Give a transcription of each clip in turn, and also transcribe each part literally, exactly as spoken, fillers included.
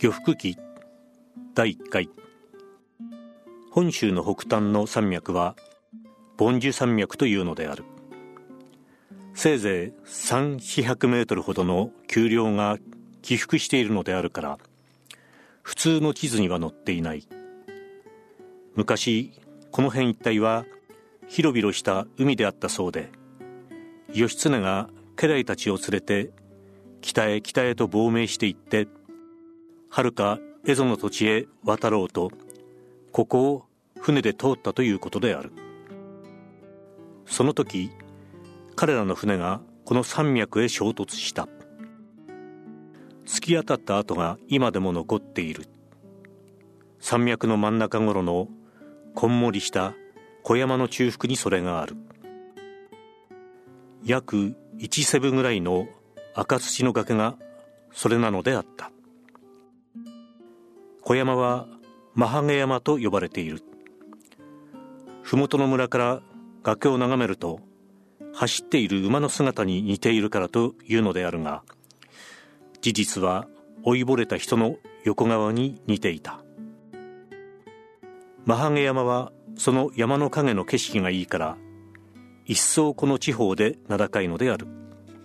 魚福記だいいっかい。本州の北端の山脈は梵珠山脈というのである。せいぜいさんびゃく、よんひゃくメートルほどの丘陵が起伏しているのであるから普通の地図には載っていない。昔この辺一帯は広々した海であったそうで、義経が家来たちを連れて北へ北へと亡命していって、はるか蝦夷の土地へ渡ろうとここを船で通ったということである。その時彼らの船がこの山脈へ衝突した。突き当たった跡が今でも残っている。山脈の真ん中頃のこんもりした小山の中腹にそれがある。約いちセブぐらいの赤土の崖がそれなのであった。小山はマハゲ山と呼ばれている。麓の村から崖を眺めると走っている馬の姿に似ているからというのであるが、事実は老いぼれた人の横側に似ていた。マハゲ山はその山の影の景色がいいから一層この地方で名高いのである。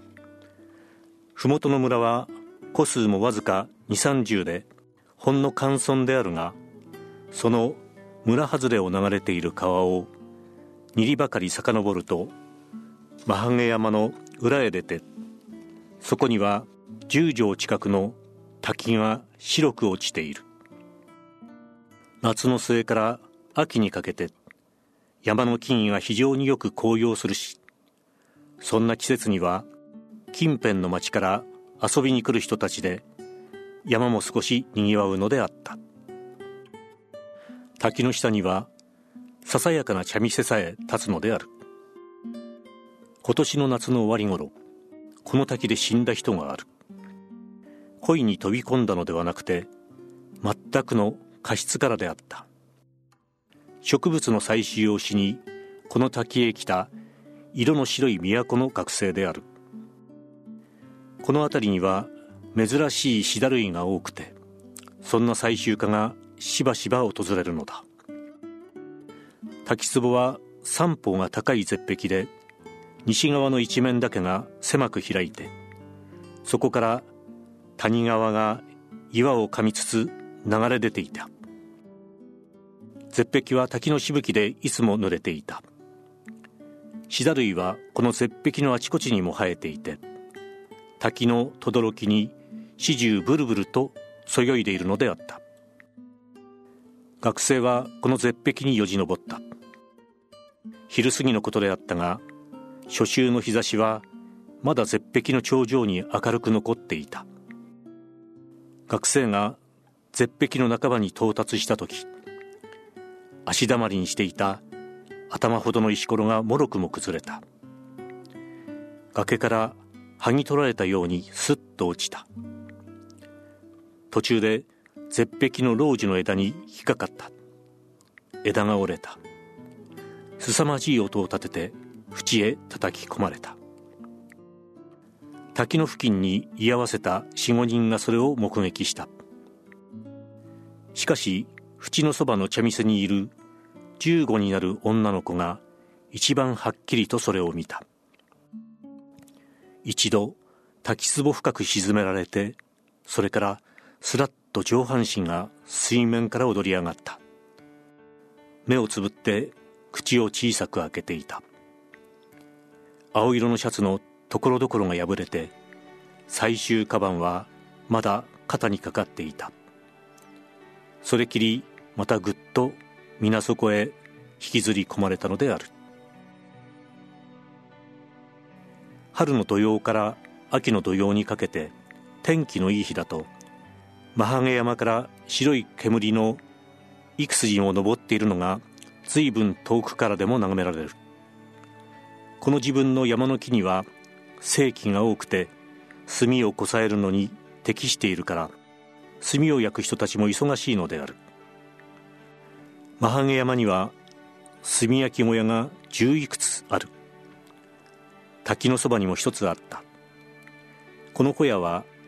麓の村は戸数もわずかにじゅう、さんじゅうでほんの寒村であるが、その村外れを流れている川をに里ばかり遡るとマハゲ山の裏へ出て、そこにはじゅう畳近くの滝が白く落ちている。夏の末から秋にかけて山の木々が非常によく紅葉するし、そんな季節には近辺の町から遊びに来る人たちで山も少しにぎわうのであった。滝の下にはささやかな茶店さえ立つのである。今年の夏の終わり頃、この滝で死んだ人がある。恋に飛び込んだのではなくて全くの過失からであった。植物の採集をしにこの滝へ来た色の白い都の学生である。この辺りには珍しいシダ類が多くて、そんな採集家がしばしば訪れるのだ。滝壺は三方が高い絶壁で、西側の一面だけが狭く開いて、そこから谷川が岩を噛みつつ流れ出ていた。絶壁は滝のしぶきでいつも濡れていた。シダ類はこの絶壁のあちこちにも生えていて、滝の轟に始終ブルブルとそよいでいるのであった。学生はこの絶壁によじ登った。昼過ぎのことであったが、初秋の日差しはまだ絶壁の頂上に明るく残っていた。学生が絶壁の半ばに到達したとき、足だまりにしていた頭ほどの石ころがもろくも崩れた。崖から剥ぎ取られたようにすっと落ちた。途中で絶壁の老樹の枝に引っかかった。枝が折れた。凄まじい音を立てて縁へ叩き込まれた。滝の付近に居合わせた四五人がそれを目撃した。しかし縁のそばの茶店にいるじゅうごになる女の子が一番はっきりとそれを見た。一度滝壺深く沈められて、それからすらっと上半身が水面から踊り上がった。目をつぶって口を小さく開けていた。青色のシャツのところどころが破れて、最終カバンはまだ肩にかかっていた。それきりまたぐっと水底へ引きずり込まれたのである。春の土曜から秋の土曜にかけて天気のいい日だと、マハゲ山から白い煙の幾筋も昇っているのが随分遠くからでも眺められる。この自分の山の木には生気が多くて、炭をこさえるのに適しているから炭を焼く人たちも忙しいのである。マハゲ山には炭焼き小屋が十いくつある。滝のそばにも一つあった。この小屋は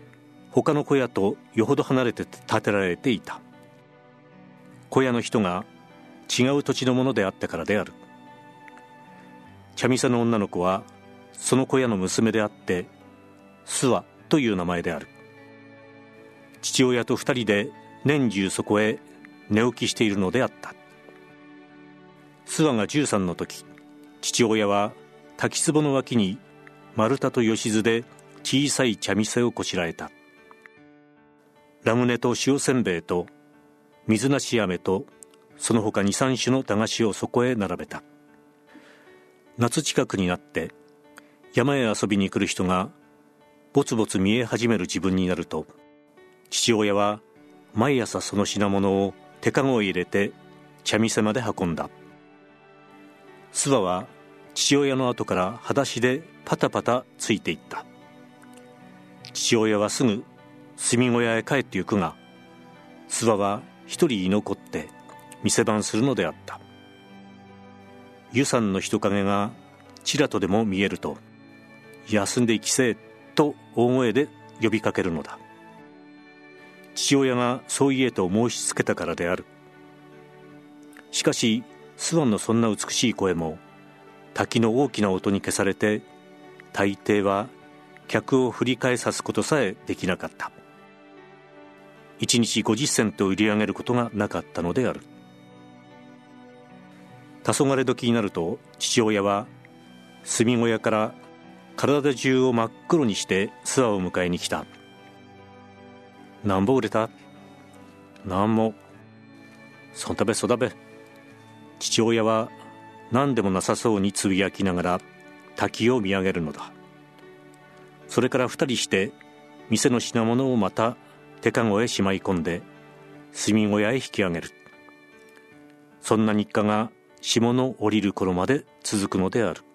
他の小屋とよほど離れて建てられていた。小屋の人が違う土地のものであったからである。茶店の女の子はその小屋の娘であって、スワという名前である。父親と二人で年中そこへ寝起きしているのであった。スワがじゅうさんの時、父親は滝壺の脇に丸太と吉酢で小さい茶店をこしらえた。ラムネと塩せんべいと水なし飴とその他二三種の駄菓子をそこへ並べた。夏近くになって山へ遊びに来る人がぼつぼつ見え始める自分になると、父親は毎朝その品物を手かごを入れて茶店まで運んだ。スワは父親の後から裸足でパタパタついていった。父親はすぐ住み小屋へ帰ってゆくが、スワは一人居残って店番するのであった。ユさんの人影がちらとでも見えると、休んで行きせえと大声で呼びかけるのだ。父親がそう言えと申しつけたからである。しかしスワンのそんな美しい声も滝の大きな音に消されて、大抵は客を振り返さすことさえできなかった。一日ごじゅっセント売り上げることがなかったのである。黄昏時になると、父親は住み小屋から体中を真っ黒にしてスワを迎えに来た。なんぼ売れた？なんも。そんたべそだべ。父親は何でもなさそうにつぶやきながら滝を見上げるのだ。それから二人して店の品物をまた手かごへしまい込んで住み小屋へ引き上げる。そんな日課が霜の降りる頃まで続くのである。